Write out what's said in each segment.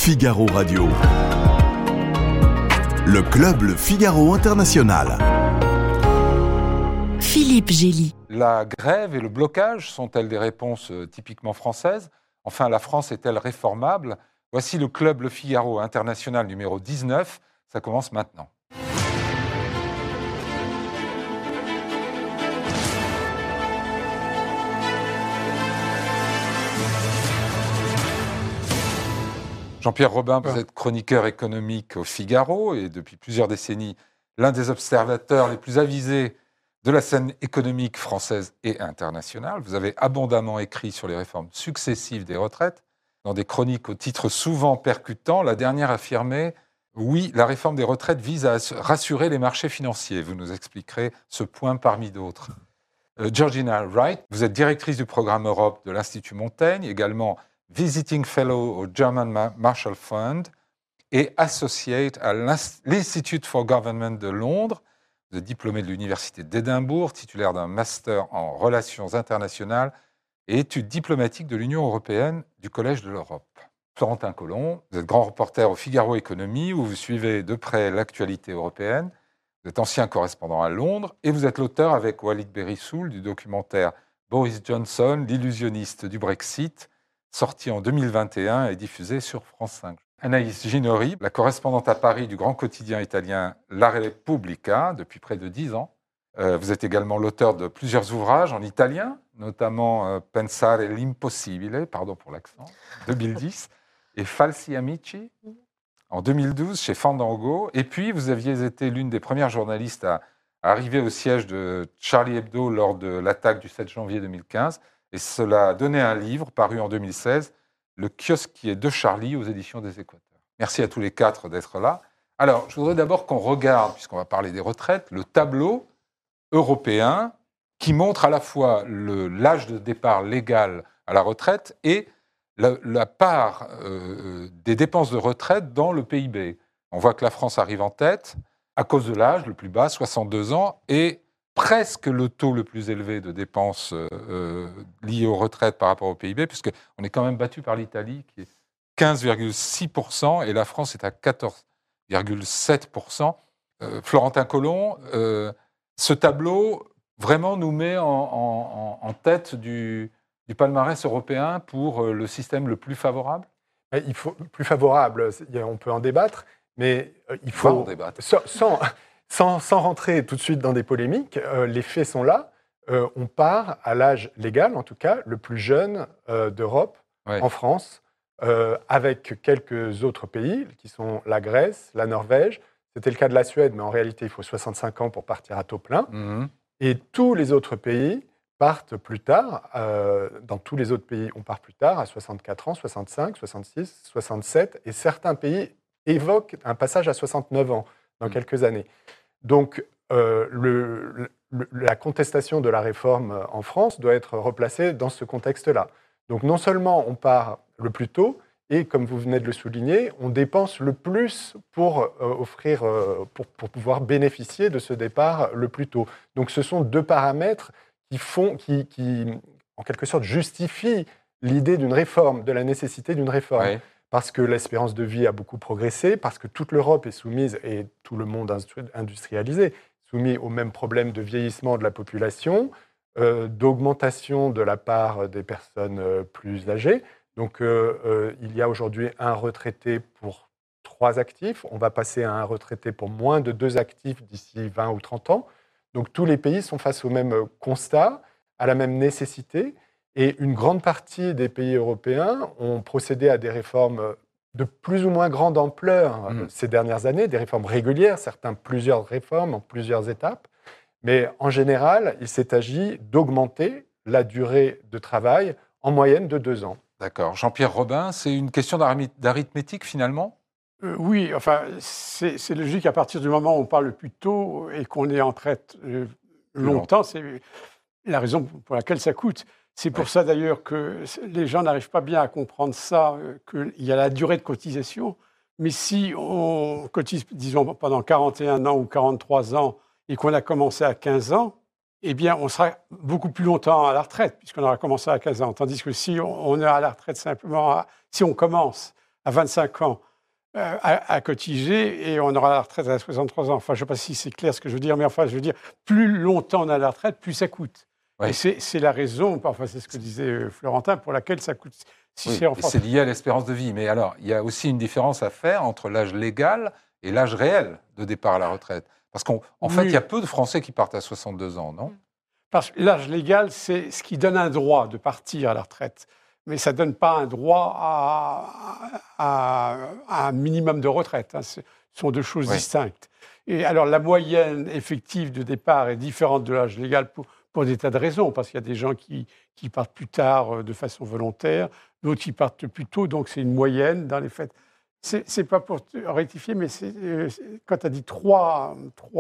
Figaro Radio. Le club Le Figaro International. Philippe Gély. La grève et le blocage sont-elles des réponses typiquement françaises ? Enfin, la France est-elle réformable ? Voici le club Le Figaro International numéro 19. Ça commence maintenant. Jean-Pierre Robin, vous êtes chroniqueur économique au Figaro et depuis plusieurs décennies, l'un des observateurs les plus avisés de la scène économique française et internationale. Vous avez abondamment écrit sur les réformes successives des retraites, dans des chroniques au titre souvent percutant. La dernière affirmait « Oui, la réforme des retraites vise à rassurer les marchés financiers ». Vous nous expliquerez ce point parmi d'autres. Georgina Wright, vous êtes directrice du programme Europe de l'Institut Montaigne, également Visiting Fellow au German Marshall Fund et Associate à l'Institute for Government de Londres. Vous êtes diplômé de l'Université d'Édimbourg, titulaire d'un master en relations internationales et études diplomatiques de l'Union européenne du Collège de l'Europe. Florentin Collomb, vous êtes grand reporter au Figaro Économie où vous suivez de près l'actualité européenne. Vous êtes ancien correspondant à Londres et vous êt l'auteur avec Walid Berissoul du documentaire Boris Johnson, l'illusionniste du Brexit, sorti en 2021 et diffusé sur France 5. Anaïs Ginori, la correspondante à Paris du grand quotidien italien La Repubblica depuis près de 10 ans. Vous êtes également l'auteur de plusieurs ouvrages en italien, notamment Pensare l'impossibile, pardon pour l'accent, 2010, et Falsi Amici, en 2012, chez Fandango. Et puis, vous aviez été l'une des premières journalistes à arriver au siège de Charlie Hebdo lors de l'attaque du 7 janvier 2015. Et cela a donné un livre paru en 2016, Le kiosquier de Charlie aux éditions des Équateurs. Merci à tous les quatre d'être là. Alors, je voudrais d'abord qu'on regarde, puisqu'on va parler des retraites, le tableau européen qui montre à la fois l'âge de départ légal à la retraite et la part des dépenses de retraite dans le PIB. On voit que la France arrive en tête à cause de l'âge le plus bas, 62 ans, et presque le taux le plus élevé de dépenses liées aux retraites par rapport au PIB, puisqu'on est quand même battu par l'Italie, qui est 15,6%, et la France est à 14,7%. Florentin Collomb, ce tableau vraiment nous met en tête du palmarès européen pour le système le plus favorable ? Il faut plus favorable, on peut en débattre, mais il faut en débattre. Sans rentrer tout de suite dans des polémiques, les faits sont là. On part à l'âge légal, en tout cas, le plus jeune d'Europe, en France, avec quelques autres pays, qui sont la Grèce, la Norvège. C'était le cas de la Suède, mais en réalité, il faut 65 ans pour partir à taux plein. Mmh. Et tous les autres pays partent plus tard. Dans tous les autres pays, on part plus tard, à 64 ans, 65, 66, 67. Et certains pays évoquent un passage à 69 ans dans quelques années. Donc, la contestation de la réforme en France doit être replacée dans ce contexte-là. Donc, non seulement on part le plus tôt, et comme vous venez de le souligner, on dépense le plus pour pour pouvoir bénéficier de ce départ le plus tôt. Donc, ce sont deux paramètres qui en quelque sorte, justifient l'idée d'une réforme, de la nécessité d'une réforme. Oui. Parce que l'espérance de vie a beaucoup progressé, parce que toute l'Europe est soumise, et tout le monde industrialisé, soumis au même problème de vieillissement de la population, d'augmentation de la part des personnes plus âgées. Donc, il y a aujourd'hui un retraité pour 3 actifs. On va passer à un retraité pour moins de 2 actifs d'ici 20 ou 30 ans. Donc, tous les pays sont face au même constat, à la même nécessité. Et une grande partie des pays européens ont procédé à des réformes de plus ou moins grande ampleur ces dernières années, des réformes régulières, certains plusieurs réformes en plusieurs étapes. Mais en général, il s'est agi d'augmenter la durée de travail en moyenne de 2 ans. D'accord. Jean-Pierre Robin, c'est une question d'arithmétique finalement ? Oui, enfin, c'est logique à partir du moment où on parle plus tôt et qu'on est en retraite longtemps. C'est la raison pour laquelle ça coûte. C'est pour ça d'ailleurs que les gens n'arrivent pas bien à comprendre ça, qu'il y a la durée de cotisation. Mais si on cotise, disons, pendant 41 ans ou 43 ans et qu'on a commencé à 15 ans, eh bien, on sera beaucoup plus longtemps à la retraite, puisqu'on aura commencé à 15 ans. Tandis que si on est à la retraite simplement, si on commence à 25 ans à cotiser et on aura la retraite à 63 ans. Enfin, je ne sais pas si c'est clair ce que je veux dire, mais enfin, je veux dire, plus longtemps on a la retraite, plus ça coûte. Oui. Et c'est la raison, enfin, c'est ce que disait Florentin, pour laquelle ça coûte si Oui, cher en et France. c'est lié à l'espérance de vie. Mais alors, il y a aussi une différence à faire entre l'âge légal et l'âge réel de départ à la retraite. Parce qu'en fait, Oui. il y a peu de Français qui partent à 62 ans, non? Parce que l'âge légal, c'est ce qui donne un droit de partir à la retraite. Mais ça ne donne pas un droit à un minimum de retraite. Hein. Ce sont deux choses Oui. distinctes. Et alors, la moyenne effective de départ est différente de l'âge légal pour des tas de raisons. Parce qu'il y a des gens qui partent plus tard de façon volontaire, d'autres qui partent plus tôt. Donc, c'est une moyenne dans les faits. C'est pas pour te rectifier, mais quand tu as dit trois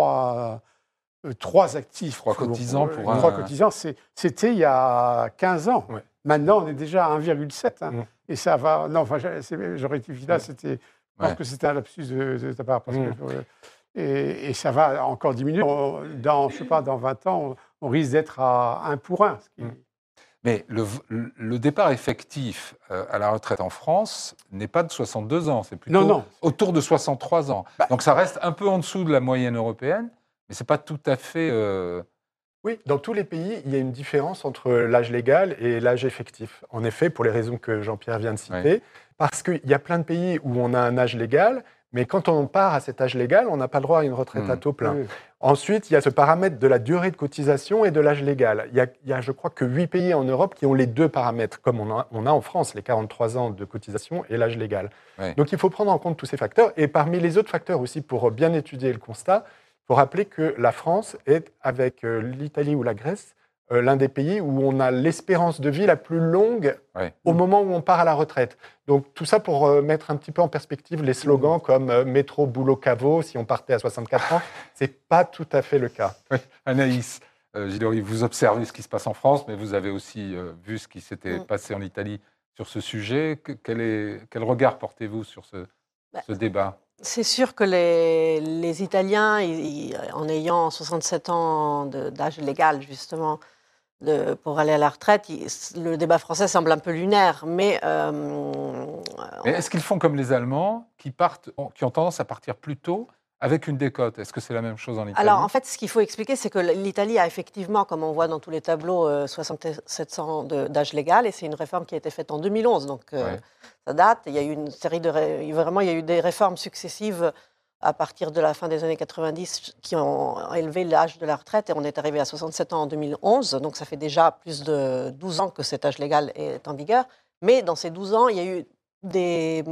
actifs. 3 cotisants pour un... 3 cotisants, c'était il y a 15 ans. Ouais. Maintenant, on est déjà à 1,7. Hein. Et ça va... Non, enfin, je rectifie là, je pense que c'était un lapsus de ta part. Parce que, et ça va encore diminuer. Je sais pas, dans 20 ans, on risque d'être à 1 pour 1. Mais le départ effectif à la retraite en France n'est pas de 62 ans, c'est plutôt autour de 63 ans. Donc ça reste un peu en dessous de la moyenne européenne, mais ce n'est pas tout à fait... Oui, dans tous les pays, il y a une différence entre l'âge légal et l'âge effectif. En effet, pour les raisons que Jean-Pierre vient de citer, parce qu'il y a plein de pays où on a un âge légal, mais quand on part à cet âge légal, on n'a pas le droit à une retraite à taux plein. Ensuite, il y a ce paramètre de la durée de cotisation et de l'âge légal. Il y a, je crois, que 8 pays en Europe qui ont les deux paramètres, comme on a en France, les 43 ans de cotisation et l'âge légal. Donc, il faut prendre en compte tous ces facteurs. Et parmi les autres facteurs aussi, pour bien étudier le constat, il faut rappeler que la France est, avec l'Italie ou la Grèce, l'un des pays où on a l'espérance de vie la plus longue au moment où on part à la retraite. Donc tout ça pour mettre un petit peu en perspective les slogans comme métro, boulot, caveau, si on partait à 64 ans, ce n'est pas tout à fait le cas. Oui. Anaïs Gilori, vous observez ce qui se passe en France, mais vous avez aussi vu ce qui s'était passé en Italie sur ce sujet. Quel regard portez-vous sur ce débat ? C'est sûr que les Italiens, en ayant 67 ans d'âge légal, justement, pour aller à la retraite, le débat français semble un peu lunaire. Mais est-ce qu'ils font comme les Allemands, qui ont tendance à partir plus tôt avec une décote? Est-ce que c'est la même chose en Italie? Alors, en fait, ce qu'il faut expliquer, c'est que l'Italie a effectivement, comme on voit dans tous les tableaux, 67 ans d'âge légal, et c'est une réforme qui a été faite en 2011, donc ça date. Il y a eu une série vraiment, il y a eu des réformes successives à partir de la fin des années 90 qui ont élevé l'âge de la retraite, et on est arrivé à 67 ans en 2011, donc ça fait déjà plus de 12 ans que cet âge légal est en vigueur. Mais dans ces 12 ans, il y a eu des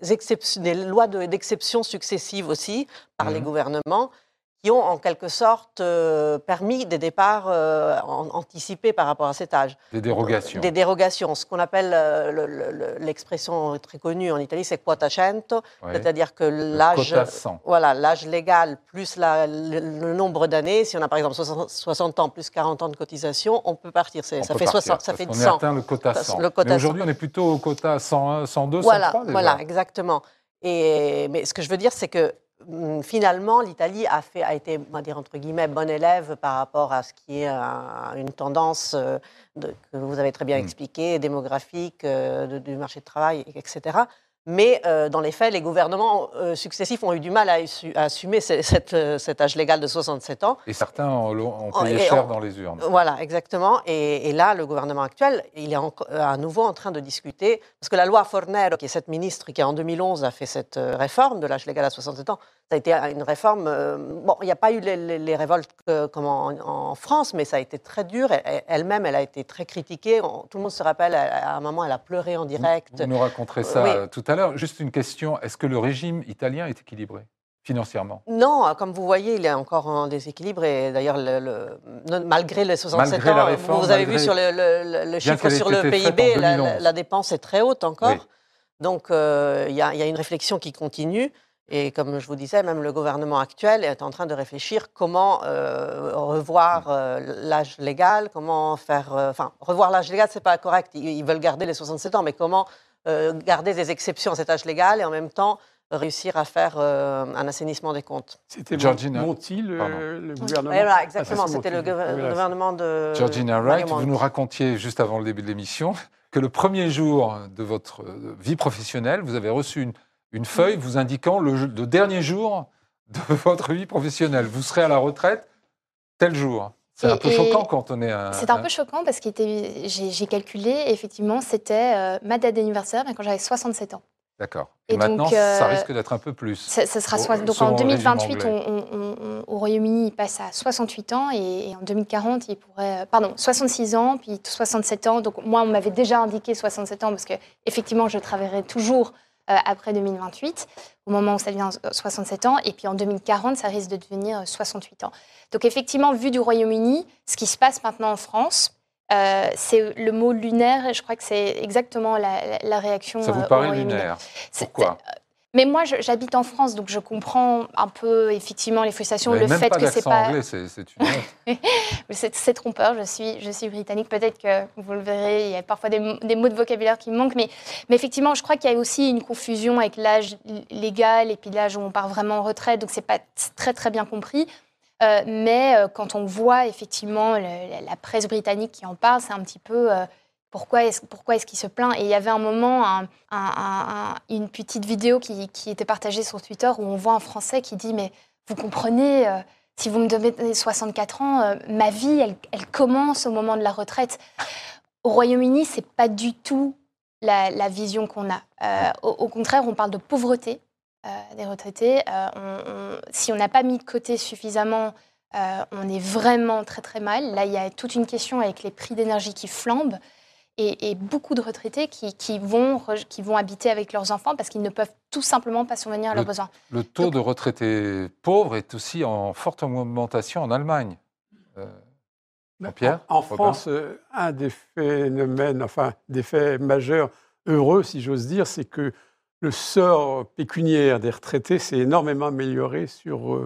lois d'exception successives aussi par les gouvernements qui ont en quelque sorte permis des départs anticipés par rapport à cet âge. Des dérogations. Des dérogations. Ce qu'on appelle l'expression très connue en Italie, c'est quota 100, c'est-à-dire que l'âge légal plus le nombre d'années, si on a par exemple 60 ans plus 40 ans de cotisation, on peut partir. Ça fait 100. On a atteint le quota 100. Mais aujourd'hui, on est plutôt au quota 101, 102, 103 déjà. Voilà, exactement. Mais ce que je veux dire, c'est que finalement, l'Italie a été, on va dire, entre guillemets, bon élève par rapport à ce qui est une tendance que vous avez très bien expliquée, démographique, du marché de travail, etc. Mais dans les faits, les gouvernements successifs ont eu du mal à assumer cet âge légal de 67 ans. Et certains ont payé cher dans les urnes. Voilà, exactement. Et là, le gouvernement actuel, il est à nouveau en train de discuter, parce que la loi Fornero, qui est cette ministre qui en 2011 a fait cette réforme de l'âge légal à 67 ans, ça a été une réforme... bon, il n'y a pas eu les révoltes comme en France, mais ça a été très dur. Elle-même, elle a été très critiquée. Tout le monde se rappelle, à un moment, elle a pleuré en direct. Vous nous raconterez ça tout à l'heure. Juste une question, est-ce que le régime italien est équilibré financièrement? Non, comme vous voyez, il est encore en déséquilibre. Et d'ailleurs, malgré les 67 ans, réforme, vous avez vu sur le chiffre sur le PIB, la dépense est très haute encore. Oui. Donc, il y a une réflexion qui continue. Et comme je vous disais, même le gouvernement actuel est en train de réfléchir comment revoir l'âge légal, comment faire... revoir l'âge légal, ce n'est pas correct. Ils veulent garder les 67 ans, mais comment garder des exceptions à cet âge légal et en même temps réussir à faire un assainissement des comptes. C'était Monti, le gouvernement. Voilà, exactement, c'était le gouvernement de... Georgina Wright, vous nous racontiez juste avant le début de l'émission que le premier jour de votre vie professionnelle, vous avez reçu une feuille vous indiquant le dernier jour de votre vie professionnelle. Vous serez à la retraite tel jour. C'est un peu choquant quand on est un... C'est un peu choquant parce que j'ai calculé, effectivement, c'était ma date d'anniversaire, mais quand j'avais 67 ans. D'accord. Et maintenant, donc, ça risque d'être un peu plus. Ça sera donc en 2028, au Royaume-Uni, il passe à 68 ans et en 2040, il pourrait... Pardon, 66 ans, puis 67 ans. Donc moi, on m'avait déjà indiqué 67 ans parce qu'effectivement, je travaillerai toujours après 2028, au moment où ça devient 67 ans. Et puis en 2040, ça risque de devenir 68 ans. Donc effectivement, vu du Royaume-Uni, ce qui se passe maintenant en France, c'est le mot lunaire, et je crois que c'est exactement la réaction. Ça vous paraît lunaire? Pourquoi? Mais moi, j'habite en France, donc je comprends un peu effectivement les frustrations, le fait que c'est pas. Anglais, c'est une c'est trompeur. Je suis britannique. Peut-être que vous le verrez, il y a parfois des mots de vocabulaire qui me manquent, mais effectivement, je crois qu'il y a aussi une confusion avec l'âge légal et puis l'âge où on part vraiment en retraite, donc c'est pas très très bien compris. Mais quand on voit effectivement la presse britannique qui en parle, c'est un petit peu pourquoi est-ce qu'il se plaint. Et il y avait un moment, une petite vidéo qui était partagée sur Twitter où on voit un Français qui dit « Mais vous comprenez, si vous me donnez 64 ans, ma vie, elle commence au moment de la retraite. » Au Royaume-Uni, ce n'est pas du tout la vision qu'on a. Au contraire, on parle de pauvreté. Des retraités. Si on n'a pas mis de côté suffisamment, on est vraiment très très mal. Là, il y a toute une question avec les prix d'énergie qui flambent et beaucoup de retraités qui vont habiter avec leurs enfants parce qu'ils ne peuvent tout simplement pas subvenir à leurs besoins. Le taux de retraités pauvres est aussi en forte augmentation en Allemagne. Jean-Pierre ? En France, un des phénomènes, des faits majeurs heureux, si j'ose dire, c'est que le sort pécuniaire des retraités s'est énormément amélioré sur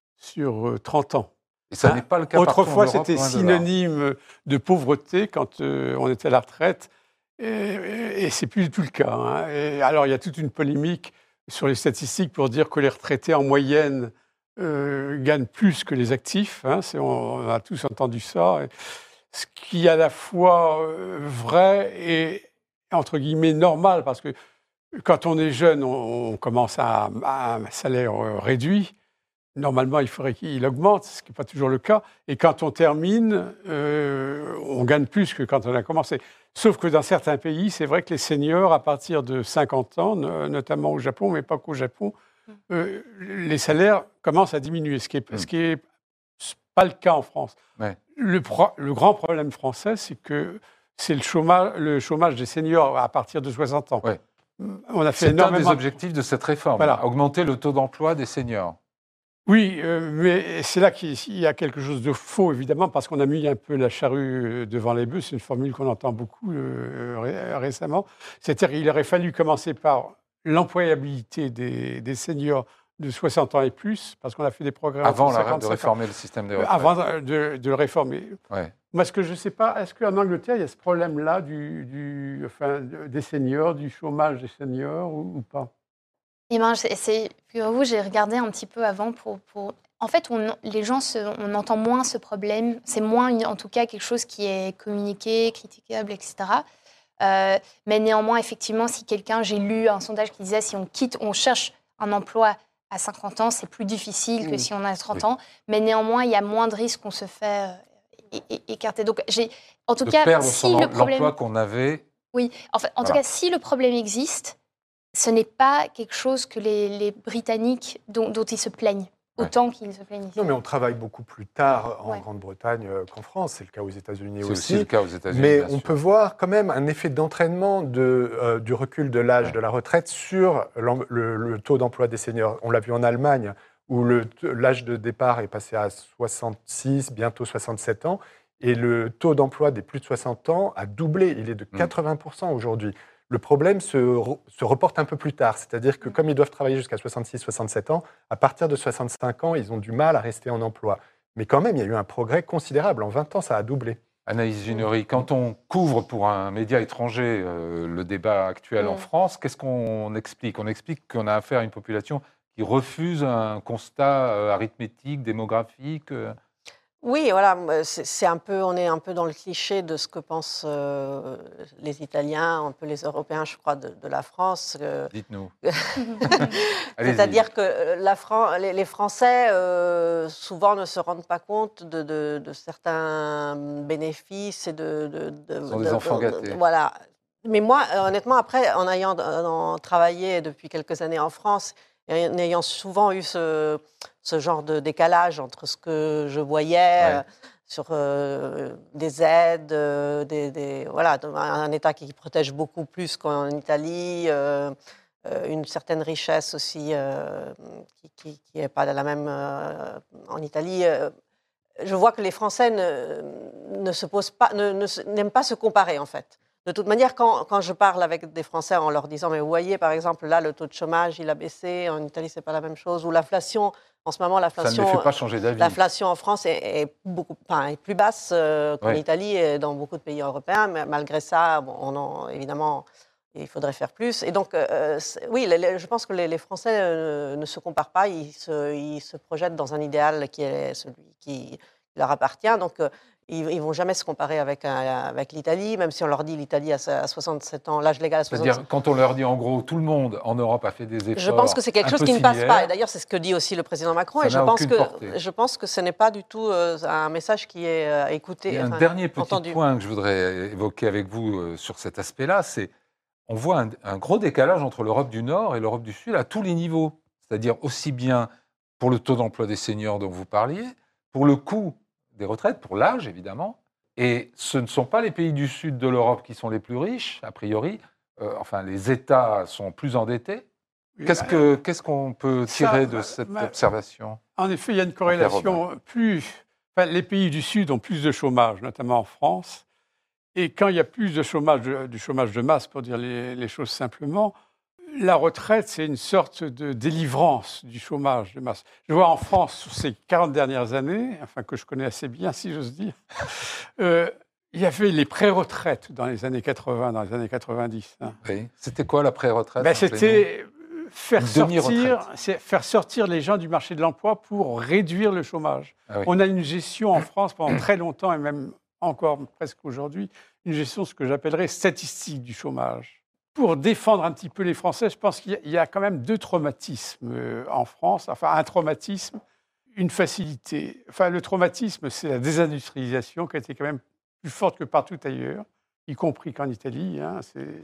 30 ans. Et ça n'est pas le cas partout en Autrefois, Europe, c'était synonyme de pauvreté quand on était à la retraite, et c'est plus du tout le cas. Hein. Et alors, il y a toute une polémique sur les statistiques pour dire que les retraités, en moyenne, gagnent plus que les actifs. Hein. On a tous entendu ça. Ce qui est à la fois vrai et, entre guillemets, normal, parce que quand on est jeune, on commence à un salaire réduit. Normalement, il faudrait qu'il augmente, ce qui n'est pas toujours le cas. Et quand on termine, on gagne plus que quand on a commencé. Sauf que dans certains pays, c'est vrai que les seniors, à partir de 50 ans, notamment au Japon, mais pas qu'au Japon, les salaires commencent à diminuer, ce qui est pas le cas en France. Ouais. Le grand problème français, c'est que c'est le chômage des seniors à partir de 60 ans. Ouais. On a fait c'est énormément... un des objectifs de cette réforme, voilà. Augmenter le taux d'emploi des seniors. Oui, mais c'est là qu'il y a quelque chose de faux, évidemment, parce qu'on a mis un peu la charrue devant les bœufs. C'est une formule qu'on entend beaucoup récemment. C'est-à-dire qu'il aurait fallu commencer par l'employabilité des seniors de 60 ans et plus, parce qu'on a fait des progrès avant de réformer le système des retraites. Avant de le réformer. Ouais. Moi, ce que je ne sais pas, est-ce qu'en Angleterre, il y a ce problème-là des seniors, du chômage des seniors ou pas? Eh bien, figurez-vous, j'ai regardé un petit peu avant En fait, les gens, on entend moins ce problème. C'est moins, en tout cas, quelque chose qui est communiqué, critiquable, etc. Mais néanmoins, effectivement, j'ai lu un sondage qui disait si on cherche un emploi à 50 ans, c'est plus difficile que si on a 30 ans. Mais néanmoins, il y a moins de risques qu'on se fait écarter. Donc, en tout cas, si le problème... l'emploi qu'on avait... Oui, en tout cas, si le problème existe, ce n'est pas quelque chose que les Britanniques dont ils se plaignent, autant qu'ils se plaignent ici. Non, mais on travaille beaucoup plus tard en Grande-Bretagne qu'en France. C'est le cas aux États-Unis aussi. C'est aussi le cas aux États-Unis. Mais on peut voir quand même un effet d'entraînement du recul de l'âge de la retraite sur le taux d'emploi des seniors. On l'a vu en Allemagne, où l'âge de départ est passé à 66, bientôt 67 ans, et le taux d'emploi des plus de 60 ans a doublé. Il est de 80% aujourd'hui. Le problème se reporte un peu plus tard, c'est-à-dire que comme ils doivent travailler jusqu'à 66-67 ans, à partir de 65 ans, ils ont du mal à rester en emploi. Mais quand même, il y a eu un progrès considérable. En 20 ans, ça a doublé. Anaïs Ginori, quand on couvre pour un média étranger le débat actuel en France, qu'est-ce qu'on explique? On explique qu'on a affaire à une population qui refuse un constat arithmétique, démographique Oui, voilà, c'est un peu, on est un peu dans le cliché de ce que pensent les Italiens, un peu les Européens, je crois, de la France. Dites-nous. C'est-à-dire que les Français, souvent, ne se rendent pas compte de certains bénéfices et Ce sont des enfants gâtés. voilà. Mais moi, honnêtement, après, en ayant travaillé depuis quelques années en France, et en ayant souvent eu ce genre de décalage entre ce que je voyais sur des aides, voilà, un État qui protège beaucoup plus qu'en Italie, une certaine richesse aussi qui n'est pas la même en Italie. Je vois que les Français n'aiment pas se comparer, en fait. De toute manière, quand je parle avec des Français en leur disant, mais vous voyez, par exemple, là, le taux de chômage, il a baissé, en Italie, c'est pas la même chose, ou l'inflation, en ce moment, Ça ne les fait pas changer d'avis. L'inflation en France est plus basse qu'en Italie et dans beaucoup de pays européens, mais malgré ça, bon, évidemment, il faudrait faire plus. Et donc, oui, je pense que les Français ne se comparent pas, ils se projettent dans un idéal qui est celui qui leur appartient. Donc, ils ne vont jamais se comparer avec l'Italie, même si on leur dit l'Italie à 67 ans, l'âge légal à 67 ans. C'est-à-dire, quand on leur dit en gros, tout le monde en Europe a fait des efforts. Je pense que c'est quelque chose qui ne passe pas. Et d'ailleurs, c'est ce que dit aussi le président Macron. Et je pense que ce n'est pas du tout un message qui est écouté. Il y a un dernier petit point que je voudrais évoquer avec vous sur cet aspect-là, c'est on voit un gros décalage entre l'Europe du Nord et l'Europe du Sud à tous les niveaux. C'est-à-dire aussi bien pour le taux d'emploi des seniors dont vous parliez, pour le coût des retraites, pour l'âge évidemment. Et ce ne sont pas les pays du sud de l'Europe qui sont les plus riches, a priori. Enfin, les États sont plus endettés. Qu'est-ce qu'on peut tirer de cette observation? En effet, il y a une corrélation les pays du sud ont plus de chômage, notamment en France. Et quand il y a plus de chômage, du chômage de masse, pour dire les choses simplement, la retraite, c'est une sorte de délivrance du chômage de masse. Je vois en France, sur ces 40 dernières années, enfin que je connais assez bien, si j'ose dire, il y avait les pré-retraites dans les années 80, dans les années 90. Hein. Oui. C'était quoi la pré-retraite? C'était faire sortir les gens du marché de l'emploi pour réduire le chômage. Ah oui. On a une gestion en France pendant très longtemps, et même encore presque aujourd'hui, une gestion ce que j'appellerais statistique du chômage. Pour défendre un petit peu les Français, je pense qu'il y a quand même deux traumatismes en France. Enfin, un traumatisme, une facilité. Enfin, le traumatisme, c'est la désindustrialisation qui a été quand même plus forte que partout ailleurs, y compris qu'en Italie. Hein,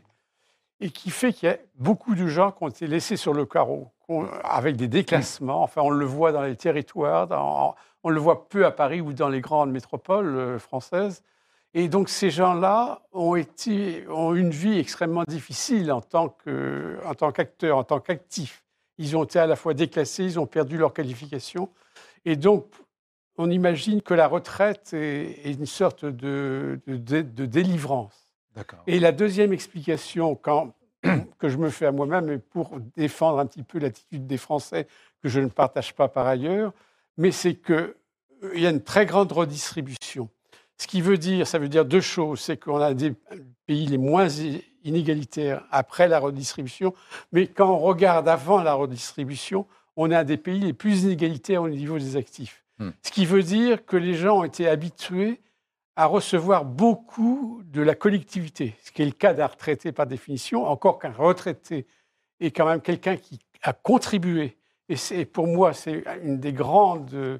et qui fait qu'il y a beaucoup de gens qui ont été laissés sur le carreau, avec des déclassements. Enfin, on le voit dans les territoires, on le voit peu à Paris ou dans les grandes métropoles françaises. Et donc, ces gens-là ont une vie extrêmement difficile en tant qu'acteurs, en tant qu'actifs. Ils ont été à la fois déclassés, ils ont perdu leur qualification. Et donc, on imagine que la retraite est une sorte de délivrance. D'accord. Et la deuxième explication que je me fais à moi-même, et pour défendre un petit peu l'attitude des Français, que je ne partage pas par ailleurs, mais c'est qu'il y a une très grande redistribution. Ce qui veut dire, ça veut dire deux choses. C'est qu'on a des pays les moins inégalitaires après la redistribution, mais quand on regarde avant la redistribution, on a des pays les plus inégalitaires au niveau des actifs. Ce qui veut dire que les gens ont été habitués à recevoir beaucoup de la collectivité, ce qui est le cas d'un retraité par définition, encore qu'un retraité est quand même quelqu'un qui a contribué. Et pour moi, c'est une des grandes...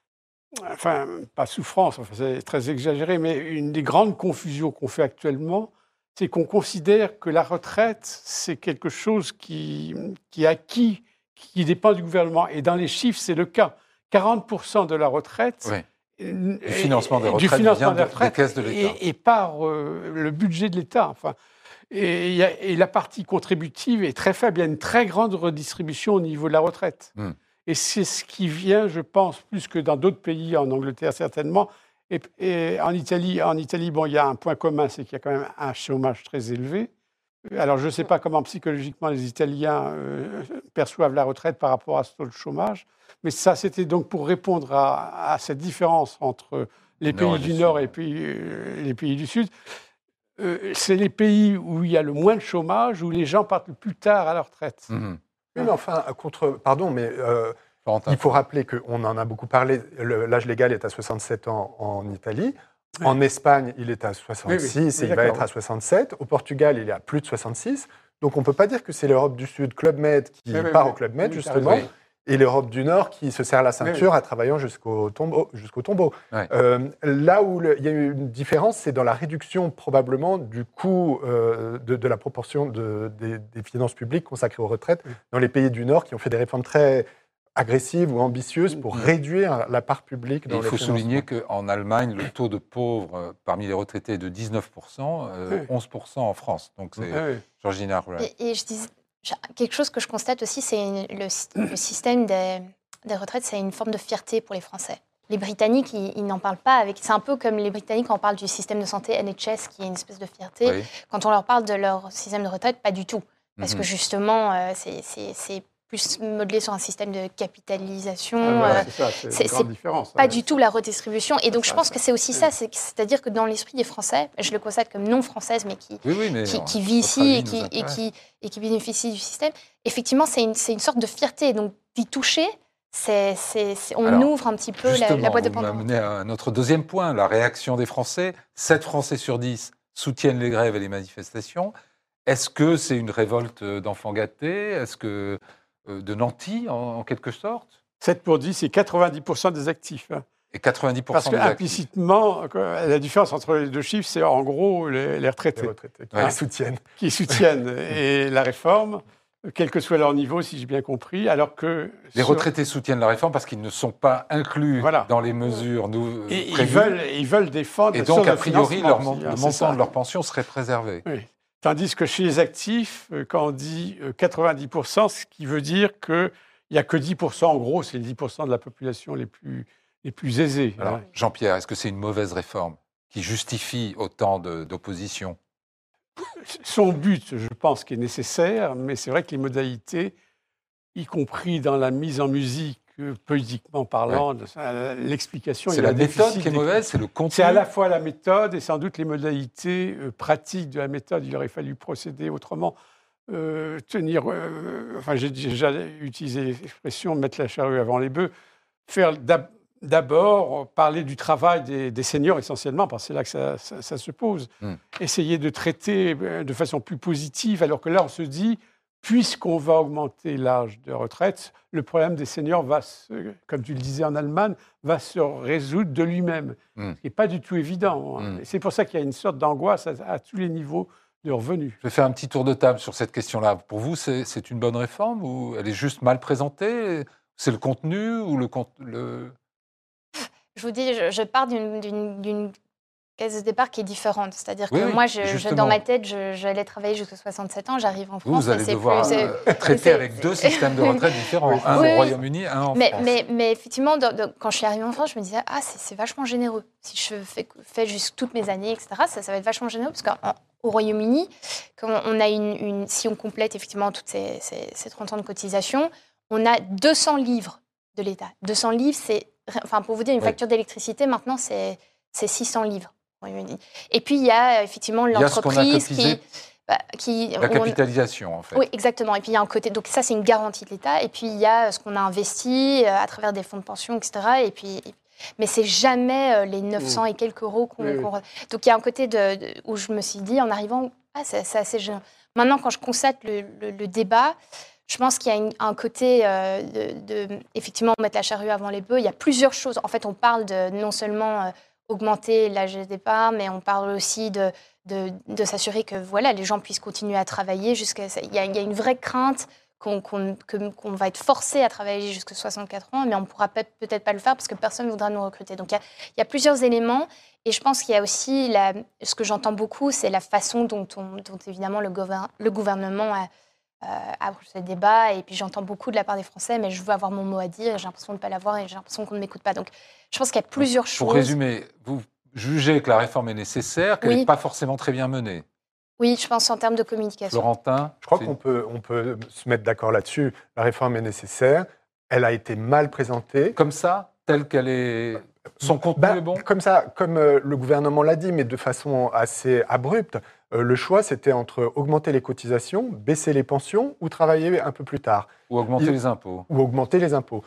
Enfin, pas souffrance, c'est très exagéré, mais une des grandes confusions qu'on fait actuellement, c'est qu'on considère que la retraite, c'est quelque chose qui est acquis, qui dépend du gouvernement. Et dans les chiffres, c'est le cas. 40% de la retraite... Oui. Du financement des retraites vient des caisses de l'État. Et par le budget de l'État. Enfin, et la partie contributive est très faible. Il y a une très grande redistribution au niveau de la retraite. Et c'est ce qui vient, je pense, plus que dans d'autres pays, en Angleterre certainement, et en Italie, bon, il y a un point commun, c'est qu'il y a quand même un chômage très élevé. Alors, je ne sais pas comment psychologiquement les Italiens perçoivent la retraite par rapport à ce taux de chômage, mais ça, c'était donc pour répondre à cette différence entre les pays du Nord et les pays du Sud. C'est les pays où il y a le moins de chômage, où les gens partent le plus tard à la retraite. Oui, mais enfin, pardon, mais Il faut rappeler qu'on en a beaucoup parlé, l'âge légal est à 67 ans en Italie. Ouais. En Espagne, il est à 66 et il va être à 67. Au Portugal, il est à plus de 66. Donc on ne peut pas dire que c'est l'Europe du Sud, Club Med, qui part au Club Med, justement, et l'Europe du Nord qui se serre la ceinture en travaillant jusqu'au tombeau. Ouais. Là où il y a eu une différence, c'est dans la réduction probablement du coût de la proportion des finances publiques consacrées aux retraites dans les pays du Nord qui ont fait des réformes très agressives ou ambitieuses pour réduire la part publique dans les financements. Il faut souligner qu'en Allemagne, le taux de pauvres parmi les retraités est de 19%, 11% en France. Donc c'est Georgina. Et je dis quelque chose que je constate aussi, c'est le système des retraites, c'est une forme de fierté pour les Français. Les Britanniques, ils n'en parlent pas. C'est un peu comme les Britanniques quand on parle du système de santé NHS, qui est une espèce de fierté. Oui. Quand on leur parle de leur système de retraite, pas du tout. Parce que justement, c'est plus modelé sur un système de capitalisation. C'est une grande différence. Pas du tout la redistribution. Et donc, je pense que c'est aussi ça. C'est-à-dire que dans l'esprit des Français, je le constate comme non-française, mais qui vit ici et qui bénéficie du système, effectivement, c'est une sorte de fierté. Donc, d'y toucher, on ouvre un petit peu la boîte de Pandore. Vous m'amenez à notre deuxième point, la réaction des Français. 7 Français sur 10 soutiennent les grèves et les manifestations. Est-ce que c'est une révolte d'enfants gâtés ? Est-ce que de nantis, en quelque sorte? 7 pour 10, c'est 90% des actifs. Et 90% Parce des actifs. implicitement, la différence entre les deux chiffres, c'est en gros les retraités. Les retraités qui soutiennent. Qui soutiennent. Et la réforme, quel que soit leur niveau, si j'ai bien compris, alors que... Les retraités soutiennent la réforme parce qu'ils ne sont pas inclus dans les mesures et prévues. Ils veulent défendre... Et donc, a priori, le montant de leur pension serait préservé. Oui. Tandis que chez les actifs, quand on dit 90%, ce qui veut dire qu'il n'y a que 10%, en gros, c'est les 10% de la population les plus aisés. Alors, Jean-Pierre, est-ce que c'est une mauvaise réforme qui justifie autant d'opposition? Son but, je pense, qui est nécessaire, mais c'est vrai que les modalités, y compris dans la mise en musique, politiquement parlant, l'explication... C'est la méthode qui est mauvaise, c'est le contenu. C'est à la fois la méthode et sans doute les modalités pratiques de la méthode. Il aurait fallu procéder autrement. J'ai déjà utilisé l'expression « mettre la charrue avant les bœufs », faire d'abord parler du travail des seniors essentiellement, parce que c'est là que ça se pose. Essayer de traiter de façon plus positive, alors que là, on se dit... Puisqu'on va augmenter l'âge de retraite, le problème des seniors va, comme tu le disais en Allemagne, va se résoudre de lui-même. Ce qui n'est pas du tout évident. C'est pour ça qu'il y a une sorte d'angoisse à tous les niveaux de revenus. Je vais faire un petit tour de table sur cette question-là. Pour vous, c'est une bonne réforme ou elle est juste mal présentée? C'est le contenu ou le... Je vous dis, je pars d'une case de départ qui est différente. C'est-à-dire que moi, dans ma tête, j'allais travailler jusqu'à 67 ans, j'arrive en France. Vous allez devoir traiter avec deux systèmes de retraite différents, un au Royaume-Uni, un en France. Mais effectivement, quand je suis arrivée en France, je me disais, c'est vachement généreux. Si je fais juste toutes mes années, etc., ça va être vachement généreux, parce qu'au Royaume-Uni, si on complète effectivement toutes ces 30 ans de cotisation, on a 200 livres de l'État. 200 livres, pour vous dire, une facture d'électricité, maintenant, c'est 600 livres. Et puis, il y a effectivement l'entreprise qui... La capitalisation, en fait. Oui, exactement. Et puis, il y a un côté... Donc, ça, c'est une garantie de l'État. Et puis, il y a ce qu'on a investi à travers des fonds de pension, etc. Mais c'est jamais les 900 et quelques euros qu'on... Donc, il y a un côté où je me suis dit, en arrivant, c'est assez gênant. Maintenant, quand je constate le débat, je pense qu'il y a un côté effectivement, mettre la charrue avant les bœufs. Il y a plusieurs choses. En fait, on parle de non seulement... augmenter l'âge de départ, mais on parle aussi de s'assurer que les gens puissent continuer à travailler jusqu'à... Il y a une vraie crainte qu'on va être forcé à travailler jusqu'à 64 ans, mais on ne pourra peut-être pas le faire parce que personne ne voudra nous recruter. Donc, il y a plusieurs éléments. Et je pense qu'il y a aussi, ce que j'entends beaucoup, c'est la façon dont évidemment, le gouvernement approche ce débat. Et puis, j'entends beaucoup de la part des Français, mais je veux avoir mon mot à dire. J'ai l'impression de ne pas l'avoir et j'ai l'impression qu'on ne m'écoute pas. Donc, je pense qu'il y a plusieurs choses. Pour résumer, vous jugez que la réforme est nécessaire, qu'elle n'est pas forcément très bien menée. Oui, je pense en termes de communication. Florentin, je crois qu'on peut se mettre d'accord là-dessus. La réforme est nécessaire. Elle a été mal présentée. Comme ça, telle qu'elle est... Son contenu est bon? Comme ça, comme le gouvernement l'a dit, mais de façon assez abrupte. Le choix, c'était entre augmenter les cotisations, baisser les pensions ou travailler un peu plus tard. Ou augmenter les impôts. Ou augmenter les impôts.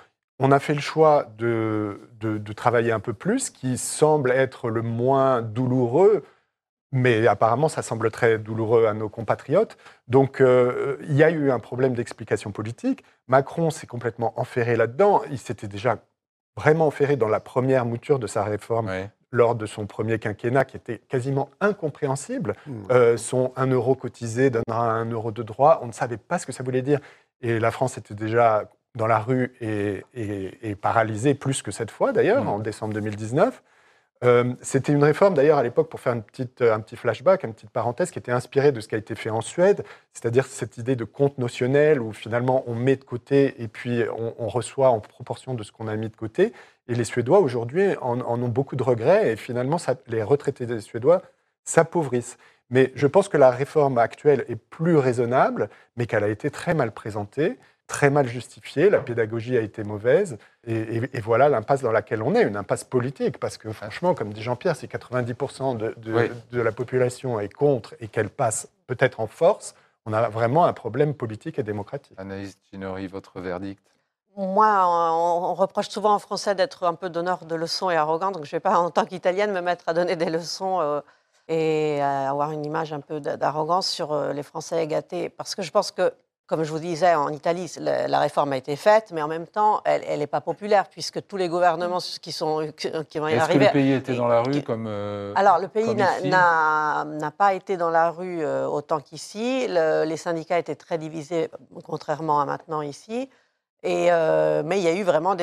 on a fait le choix de travailler un peu plus, qui semble être le moins douloureux, mais apparemment, ça semble très douloureux à nos compatriotes. Donc, il y a eu un problème d'explication politique. Macron s'est complètement enferré là-dedans. Il s'était déjà vraiment enferré dans la première mouture de sa réforme lors de son premier quinquennat, qui était quasiment incompréhensible. Son 1 euro cotisé donnera 1 euro de droit. On ne savait pas ce que ça voulait dire. Et la France était déjà dans la rue et paralysée, plus que cette fois d'ailleurs, en décembre 2019. C'était une réforme, d'ailleurs, à l'époque, pour faire un petit flashback, une petite parenthèse, qui était inspirée de ce qui a été fait en Suède, c'est-à-dire cette idée de compte notionnel où finalement on met de côté et puis on reçoit en proportion de ce qu'on a mis de côté. Et les Suédois, aujourd'hui, en ont beaucoup de regrets et finalement, les retraités des Suédois s'appauvrissent. Mais je pense que la réforme actuelle est plus raisonnable, mais qu'elle a été très mal présentée, très mal justifiée, la pédagogie a été mauvaise, et voilà l'impasse dans laquelle on est, une impasse politique, parce que franchement, comme dit Jean-Pierre, si 90% de la population est contre et qu'elle passe peut-être en force, on a vraiment un problème politique et démocratique. Anaïs Ginori, votre verdict? Moi, on reproche souvent en français d'être un peu donneur de leçons et arrogant, donc je ne vais pas, en tant qu'Italienne, me mettre à donner des leçons et à avoir une image un peu d'arrogance sur les Français gâtés, parce que je pense que, comme je vous disais, en Italie, la réforme a été faite, mais en même temps, elle n'est pas populaire, puisque tous les gouvernements qui vont y arriver... Est-ce que le pays était dans la rue comme Alors, le pays n'a pas été dans la rue autant qu'ici. Les syndicats étaient très divisés, contrairement à maintenant ici. Mais il y a eu vraiment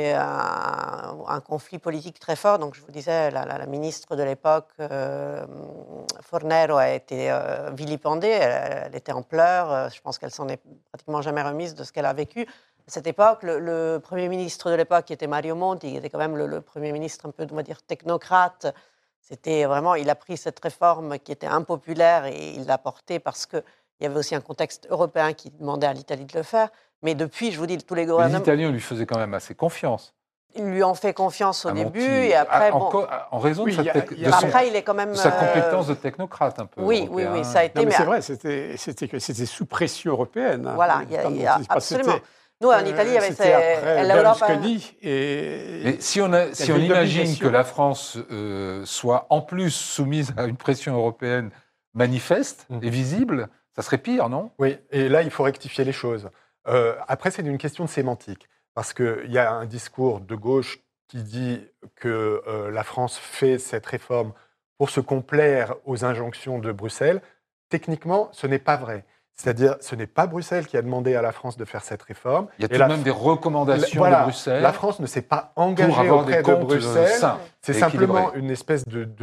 un conflit politique très fort. Donc, je vous disais, la ministre de l'époque, Fornero, a été vilipendée. Elle était en pleurs. Je pense qu'elle s'en est pratiquement jamais remise de ce qu'elle a vécu. À cette époque, le Premier ministre de l'époque, qui était Mario Monti, qui était quand même le Premier ministre un peu, on va dire, technocrate, c'était vraiment, il a pris cette réforme qui était impopulaire et il l'a portée parce qu'il y avait aussi un contexte européen qui demandait à l'Italie de le faire. Mais depuis, je vous dis, tous les gouvernements... Les Italiens lui faisaient quand même assez confiance. Ils lui ont fait confiance au début et après... En raison de, après, il est quand même, sa compétence de technocrate un peu. Oui, ça a été... mais c'est vrai, c'était sous pression européenne. Voilà, absolument. Nous, en Italie, il y avait... Berlusconi Mais si on imagine que la France soit en plus soumise à une pression européenne manifeste et visible, ça serait pire, non? Oui, et là, il faut rectifier les choses. Après, c'est une question de sémantique, parce qu'il y a un discours de gauche qui dit que la France fait cette réforme pour se complaire aux injonctions de Bruxelles. Techniquement, ce n'est pas vrai. C'est-à-dire, ce n'est pas Bruxelles qui a demandé à la France de faire cette réforme. Il y a tout de même des recommandations de Bruxelles. La France ne s'est pas engagée auprès de Bruxelles. C'est simplement une espèce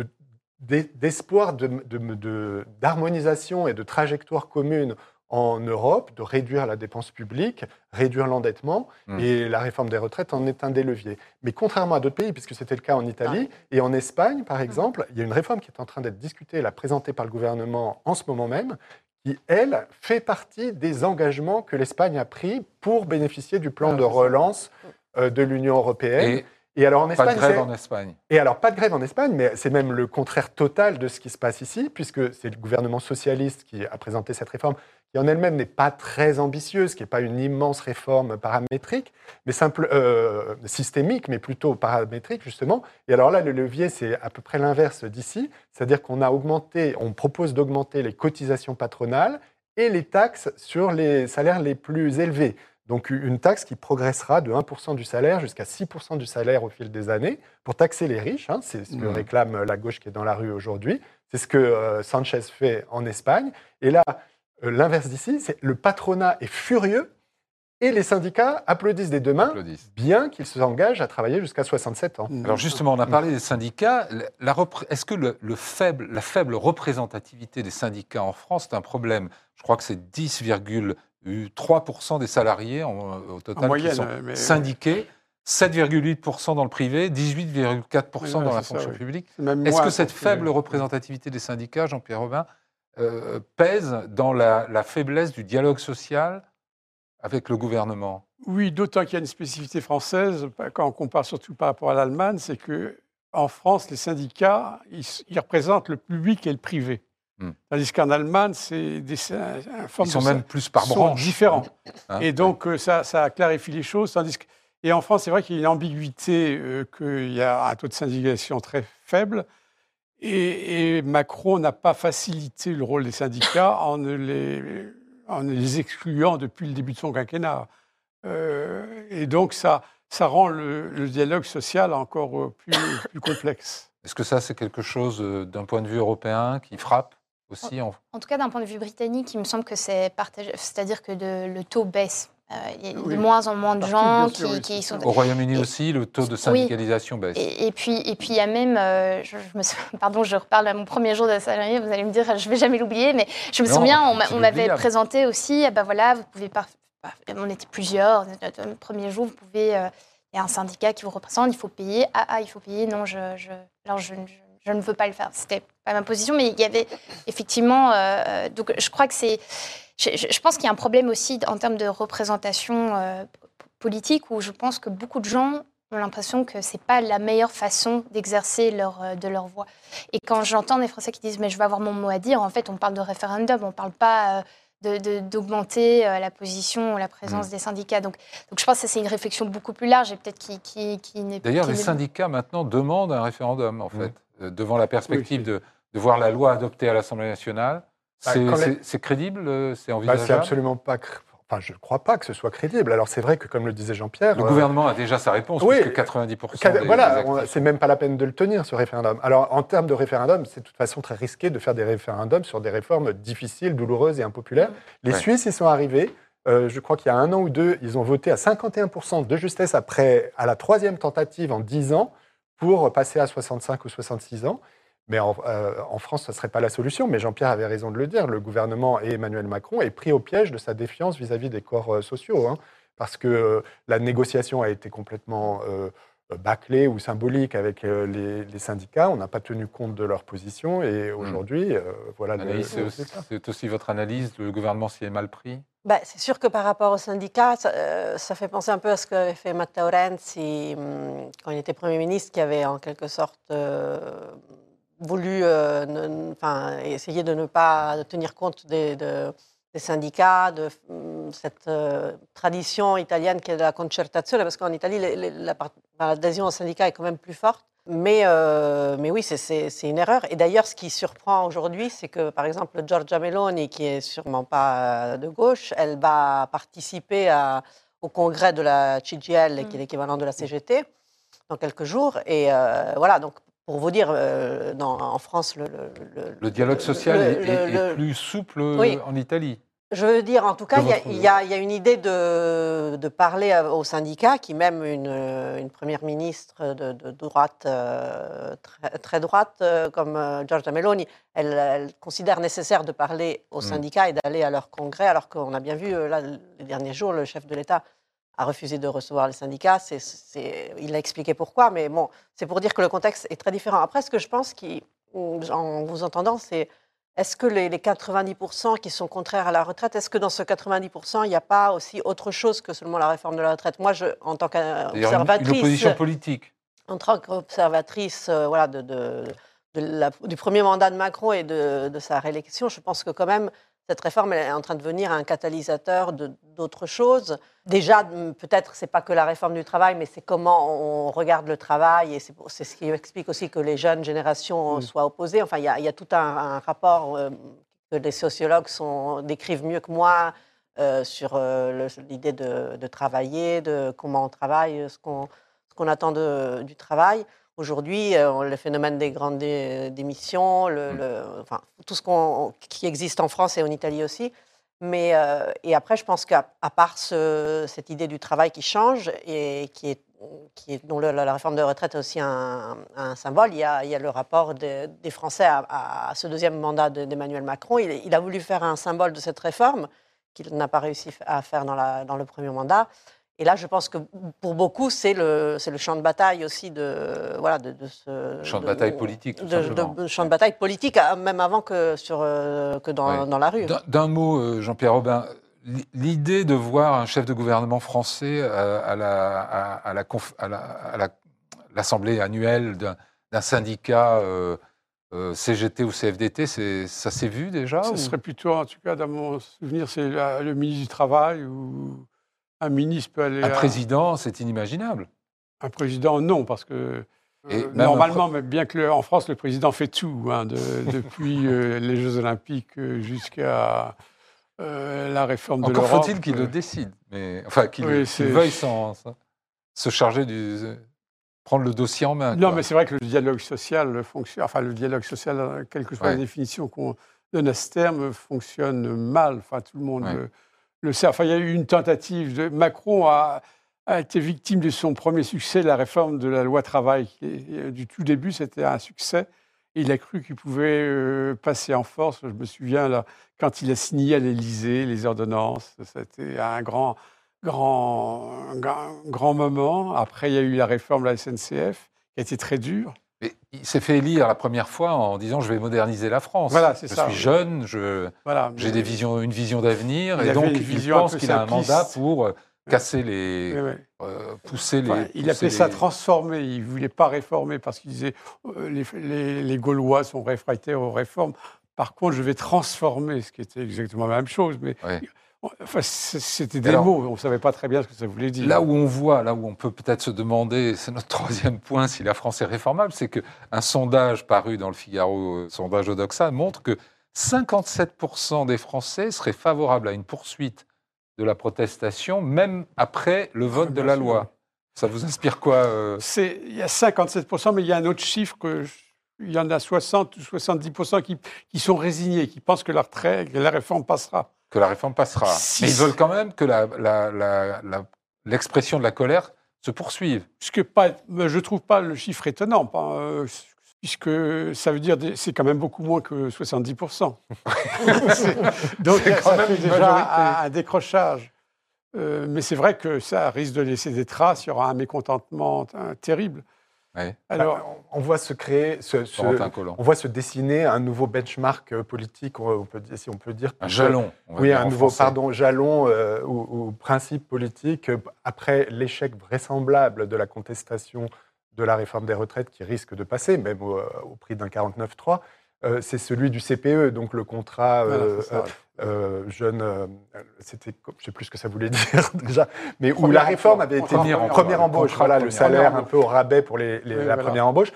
d'espoir d'harmonisation et de trajectoire commune en Europe, de réduire la dépense publique, réduire l'endettement, et la réforme des retraites en est un des leviers. Mais contrairement à d'autres pays, puisque c'était le cas en Italie et en Espagne, par exemple, il y a une réforme qui est en train d'être discutée, présentée par le gouvernement en ce moment même, qui, elle, fait partie des engagements que l'Espagne a pris pour bénéficier du plan de relance de l'Union européenne. Et alors en Espagne, pas de grève en Espagne. Et alors, pas de grève en Espagne, mais c'est même le contraire total de ce qui se passe ici, puisque c'est le gouvernement socialiste qui a présenté cette réforme, qui en elle-même n'est pas très ambitieuse, qui n'est pas une immense réforme paramétrique, mais systémique, mais plutôt paramétrique, justement. Et alors là, le levier, c'est à peu près l'inverse d'ici, c'est-à-dire on propose d'augmenter les cotisations patronales et les taxes sur les salaires les plus élevés. Donc une taxe qui progressera de 1% du salaire jusqu'à 6% du salaire au fil des années pour taxer les riches. C'est ce que réclame la gauche qui est dans la rue aujourd'hui. C'est ce que Sanchez fait en Espagne. Et là, l'inverse d'ici, c'est le patronat est furieux et les syndicats applaudissent des deux mains, bien qu'ils s'engagent à travailler jusqu'à 67 ans. Alors justement, on a parlé des syndicats. Est-ce que la faible représentativité des syndicats en France est un problème? Je crois que c'est 10,3% des salariés au total moyenne, qui sont syndiqués, 7,8% dans le privé, 18,4% dans la fonction publique. Est-ce que cette faible représentativité des syndicats, Jean-Pierre Robin, pèse dans la faiblesse du dialogue social avec le gouvernement? Oui, d'autant qu'il y a une spécificité française, quand on compare surtout par rapport à l'Allemagne, c'est qu'en France, les syndicats, ils représentent le public et le privé. Tandis qu'en Allemagne, ils sont même plus par branche. Différents. Et donc, ça clarifie les choses. Et en France, c'est vrai qu'il y a une ambiguïté, qu'il y a un taux de syndication très faible. Et Macron n'a pas facilité le rôle des syndicats en les excluant depuis le début de son quinquennat. Et donc, ça rend le dialogue social encore plus complexe. Est-ce que ça, c'est quelque chose, d'un point de vue européen, qui frappe aussi En tout cas, d'un point de vue britannique, il me semble que c'est partagé, c'est-à-dire que le taux baisse. Il y a de moins en moins de gens qui sont... Au Royaume-Uni aussi, le taux de syndicalisation baisse. Et puis il y a même, pardon, je reparle à mon premier jour de salarié, vous allez me dire, je ne vais jamais l'oublier, mais je me souviens, on m'avait présenté aussi, ben voilà, vous pouvez pas... On était plusieurs, le premier jour, vous pouvez... Il y a un syndicat qui vous représente, il faut payer. Il faut payer, non, alors je ne veux pas le faire. C'était pas ma position, mais il y avait effectivement... donc je crois que c'est... Je pense qu'il y a un problème aussi en termes de représentation politique où je pense que beaucoup de gens ont l'impression que ce n'est pas la meilleure façon d'exercer de leur voix. Et quand j'entends des Français qui disent « mais je vais avoir mon mot à dire », en fait, on parle de référendum, on ne parle pas d'augmenter la position ou la présence des syndicats. Donc je pense que c'est une réflexion beaucoup plus large et peut-être qui n'est pas... D'ailleurs, les syndicats maintenant demandent un réferdum, en fait, devant la perspective de voir la loi adoptée à l'Assemblée nationale. C'est crédible, c'est envisageable? C'est absolument pas... Enfin, je ne crois pas que ce soit crédible. Alors, c'est vrai que, comme le disait Jean-Pierre... Le gouvernement a déjà sa réponse, puisque 90% Voilà, c'est même pas la peine de le tenir, ce référendum. Alors, en termes de référendum, c'est de toute façon très risqué de faire des référendums sur des réformes difficiles, douloureuses et impopulaires. Les Suisses y sont arrivés. Je crois qu'il y a 1 an ou 2, ils ont voté à 51% de justesse à la 3e tentative en 10 ans pour passer à 65 ou 66 ans. Mais en France, ce ne serait pas la solution. Mais Jean-Pierre avait raison de le dire. Le gouvernement et Emmanuel Macron est pris au piège de sa défiance vis-à-vis des corps sociaux. Parce que la négociation a été complètement bâclée ou symbolique avec les syndicats. On n'a pas tenu compte de leur position. Et aujourd'hui, voilà... Anaïs, c'est aussi votre analyse. Le gouvernement s'y est mal pris? C'est sûr que par rapport aux syndicats, ça fait penser un peu à ce qu'avait fait Matteo Renzi quand il était Premier ministre, qui avait en quelque sorte... voulu essayer de ne pas tenir compte des syndicats, de cette tradition italienne qui est de la concertazione, parce qu'en Italie, l'adhésion aux syndicats est quand même plus forte. Mais oui, c'est une erreur. Et d'ailleurs, ce qui surprend aujourd'hui, c'est que, par exemple, Giorgia Meloni, qui est sûrement pas de gauche, elle va participer au congrès de la CGIL, qui est l'équivalent de la CGT, dans quelques jours. Et voilà, donc, pour vous dire, en France, le dialogue social est plus souple en Italie. Je veux dire, en tout cas, il y a une idée de parler aux syndicats, qui même une première ministre de droite, très droite, comme Giorgia Meloni, elle considère nécessaire de parler aux syndicats et d'aller à leur congrès, alors qu'on a bien vu, là, les derniers jours, le chef de l'État a refusé de recevoir les syndicats. Il a expliqué pourquoi, mais bon, c'est pour dire que le contexte est très différent. Après, ce que je pense, en vous entendant, c'est est-ce que les 90% qui sont contraires à la retraite, est-ce que dans ce 90%, il n'y a pas aussi autre chose que seulement la réforme de la retraite? Moi, en tant qu'observatrice... Une opposition politique. En tant qu'observatrice du premier mandat de Macron et de sa réélection, je pense que quand même, cette réforme elle est en train de devenir un catalyseur d'autres choses. Déjà, peut-être, ce n'est pas que la réforme du travail, mais c'est comment on regarde le travail. Et c'est ce qui explique aussi que les jeunes générations soient opposées. Enfin, il y a tout un rapport que les sociologues décrivent mieux que moi sur l'idée de travailler, de comment on travaille, ce qu'on attend du travail. Aujourd'hui, le phénomène des grandes démissions, tout ce qui existe en France et en Italie aussi. Mais, et après, je pense qu'à part cette idée du travail qui change et dont la réforme de retraite est aussi un symbole, il y a le rapport des Français à ce deuxième mandat d'Emmanuel Macron. Il a voulu faire un symbole de cette réforme qu'il n'a pas réussi à faire dans le premier mandat. Et là, je pense que pour beaucoup, c'est le champ de bataille aussi champ de bataille politique, tout simplement. Champ de bataille politique, même avant que dans la rue. D'un mot, Jean-Pierre Robin, l'idée de voir un chef de gouvernement français à l'assemblée annuelle d'un syndicat CGT ou CFDT, ça s'est vu déjà? Ça serait plutôt, en tout cas, dans mon souvenir, c'est le ministre du Travail ou... Un ministre peut aller... Un président, c'est inimaginable. Un président, non, parce que Et même normalement, même bien qu'en France, le président fait tout, hein, depuis les Jeux Olympiques jusqu'à la réforme de l'Europe. Encore faut-il qu'il le décide, mais enfin qu'il veuille se charger prendre le dossier en main. Non, mais c'est vrai que le dialogue social fonctionne. Enfin, le dialogue social, quelle que soit la définition qu'on donne à ce terme, fonctionne mal. Enfin, tout le monde le sait. Enfin, il y a eu une tentative. Macron a été victime de son premier succès, la réforme de la loi travail. Du tout début, c'était un succès. Et il a cru qu'il pouvait passer en force. Je me souviens, là, quand il a signé à l'Élysée les ordonnances, c'était un grand moment. Après, il y a eu la réforme de la SNCF, qui a été très dure. Mais il s'est fait élire la première fois en disant « je vais moderniser la France ». Voilà, c'est je ça. suis jeune, j'ai une vision d'avenir, et donc il pense qu'il a un mandat pour casser pousser les... Il appelait ça transformer, il ne voulait pas réformer, parce qu'il disait les Gaulois sont réfractaires aux réformes. Par contre, je vais transformer, ce qui était exactement la même chose, mais... Enfin, c'était des mots, on ne savait pas très bien ce que ça voulait dire. Là où on peut peut-être se demander, c'est notre troisième point, si la France est réformable, c'est qu'un sondage paru dans le Figaro, sondage Odoxa, montre que 57% des Français seraient favorables à une poursuite de la protestation, même après le vote de la loi. Ça vous inspire quoi Il y a 57%, mais il y a un autre chiffre il y en a 60 ou 70% qui sont résignés, qui pensent que la réforme passera. Que la réforme passera. Mais ils veulent quand même que l'expression de la colère se poursuive. Je ne trouve pas le chiffre étonnant, puisque ça veut dire c'est quand même beaucoup moins que 70%. Donc ça fait déjà un décrochage. Mais c'est vrai que ça risque de laisser des traces, il y aura un mécontentement terrible. Oui. Alors, on voit se créer, on voit se dessiner un nouveau benchmark politique, si on peut dire. Un jalon. Oui, un nouveau jalon ou principe politique après l'échec vraisemblable de la contestation de la réforme des retraites qui risque de passer, même au prix d'un 49.3. C'est celui du CPE, donc le contrat jeune, je ne sais plus ce que ça voulait dire déjà, mais où la réforme avait été première embauche, le salaire un peu au rabais pour la première embauche.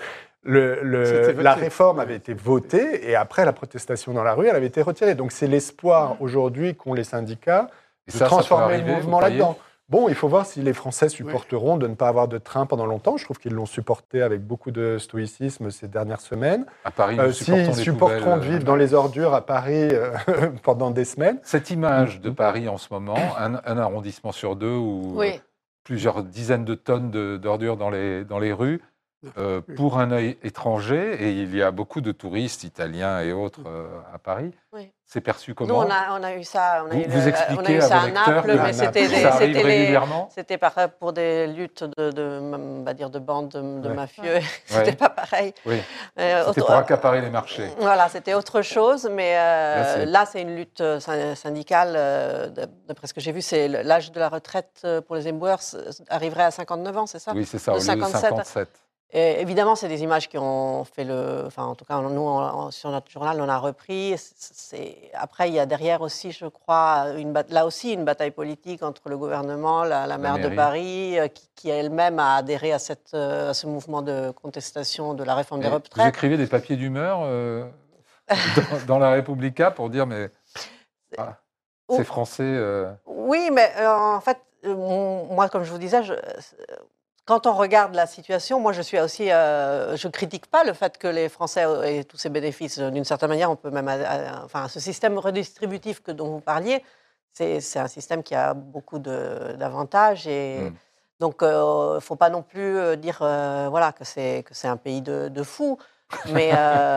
La réforme avait été votée et après la protestation dans la rue, elle avait été retirée. Donc c'est l'espoir aujourd'hui qu'ont les syndicats de transformer le mouvement là-dedans. Bon, il faut voir si les Français supporteront de ne pas avoir de train pendant longtemps. Je trouve qu'ils l'ont supporté avec beaucoup de stoïcisme ces dernières semaines. À Paris, s'ils supporteront de vivre dans les ordures à Paris pendant des semaines. Cette image de Paris en ce moment, un arrondissement sur deux où plusieurs dizaines de tonnes d'ordures dans les rues, pour un œil étranger, et il y a beaucoup de touristes italiens et autres à Paris. Oui. C'est perçu comment? Nous, on a eu ça. Vous expliquez à vos lecteurs mais ça arrive régulièrement? C'était pour des luttes on va dire de bandes de mafieux. C'était pas pareil. Oui. C'était pour accaparer les marchés. Voilà, c'était autre chose, mais là, c'est une lutte syndicale. D'après ce que j'ai vu, c'est l'âge de la retraite pour les éboueurs arriverait à 59 ans, c'est ça? Oui, c'est ça, au lieu de 57. Et évidemment, c'est des images qui ont fait enfin, en tout cas, nous, sur notre journal, on a repris. Après, il y a derrière aussi, je crois, là aussi, une bataille politique entre le gouvernement, la maire de Paris, qui elle-même a adhéré à ce mouvement de contestation de la réforme des retraites. Vous écrivez des papiers d'humeur dans la Repubblica pour dire, mais ces Français... Oui, mais en fait, moi, comme je vous disais, quand on regarde la situation, moi je suis aussi, je critique pas le fait que les Français aient tous ces bénéfices. D'une certaine manière, on peut même, enfin, ce système redistributif dont vous parliez, c'est un système qui a beaucoup d'avantages et donc faut pas non plus dire voilà que c'est un pays de fous, mais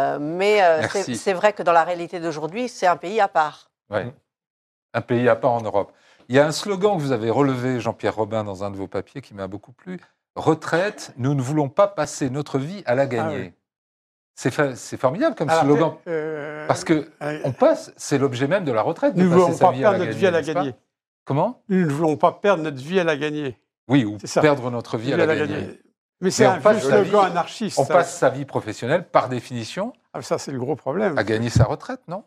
c'est vrai que dans la réalité d'aujourd'hui, c'est un pays à part. Ouais. Un pays à part en Europe. Il y a un slogan que vous avez relevé, Jean-Pierre Robin, dans un de vos papiers qui m'a beaucoup plu. Retraite, nous ne voulons pas passer notre vie à la gagner. C'est formidable comme slogan. Parce que on passe, c'est l'objet même de la retraite. Nous ne voulons pas perdre notre vie à la gagner. Comment? Nous ne voulons pas perdre notre vie à la gagner. Oui, ou perdre notre vie à la gagner. Mais c'est un vieux slogan anarchiste. On passe sa vie professionnelle, par définition, ça c'est le gros problème. À gagner sa retraite, non?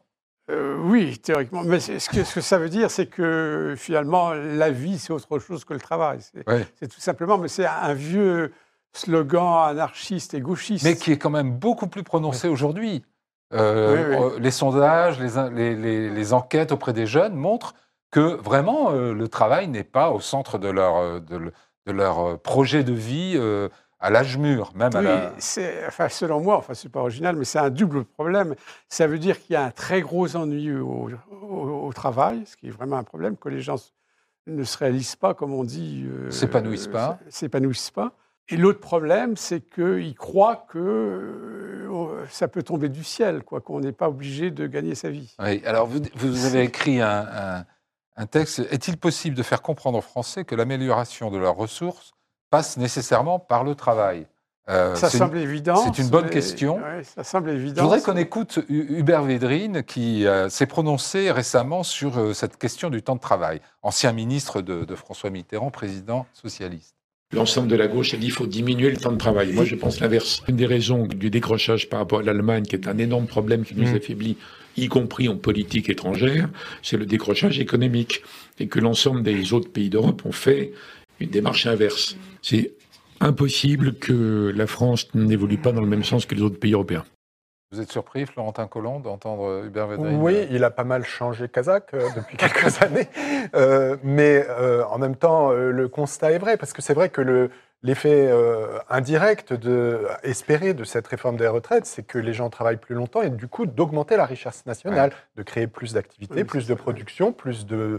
Oui, théoriquement. Mais ce que ça veut dire, c'est que finalement, la vie, c'est autre chose que le travail. C'est tout simplement, mais c'est un vieux slogan anarchiste et gauchiste. Mais qui est quand même beaucoup plus prononcé aujourd'hui. Les sondages, les enquêtes auprès des jeunes montrent que vraiment le travail n'est pas au centre de leur projet de vie à l'âge mûr, même selon moi, c'est pas original, mais c'est un double problème. Ça veut dire qu'il y a un très gros ennui au travail, ce qui est vraiment un problème, que les gens ne se réalisent pas, comme on dit. S'épanouissent pas. Et l'autre problème, c'est qu'ils croient que ça peut tomber du ciel, qu'on n'est pas obligé de gagner sa vie. Oui, alors vous avez écrit un texte. Est-il possible de faire comprendre aux Français que l'amélioration de leurs ressources passe nécessairement par le travail? Ça semble évident. C'est une bonne question. Ouais, ça semble évident. Je voudrais qu'on écoute Hubert Védrine qui s'est prononcé récemment sur cette question du temps de travail, ancien ministre de François Mitterrand, président socialiste. L'ensemble de la gauche a dit qu'il faut diminuer le temps de travail. Moi, je pense l'inverse. Une des raisons du décrochage par rapport à l'Allemagne, qui est un énorme problème qui nous affaiblit, y compris en politique étrangère, c'est le décrochage économique. Et que l'ensemble des autres pays d'Europe ont fait une démarche inverse. C'est impossible que la France n'évolue pas dans le même sens que les autres pays européens. Vous êtes surpris, Florentin Collomb, d'entendre Hubert Védrine? Oui, il a pas mal changé Kazakh depuis quelques années. Mais en même temps, le constat est vrai, parce que c'est vrai que l'effet indirect espéré de cette réforme des retraites, c'est que les gens travaillent plus longtemps et du coup d'augmenter la richesse nationale, de créer plus d'activités, plus de production, plus de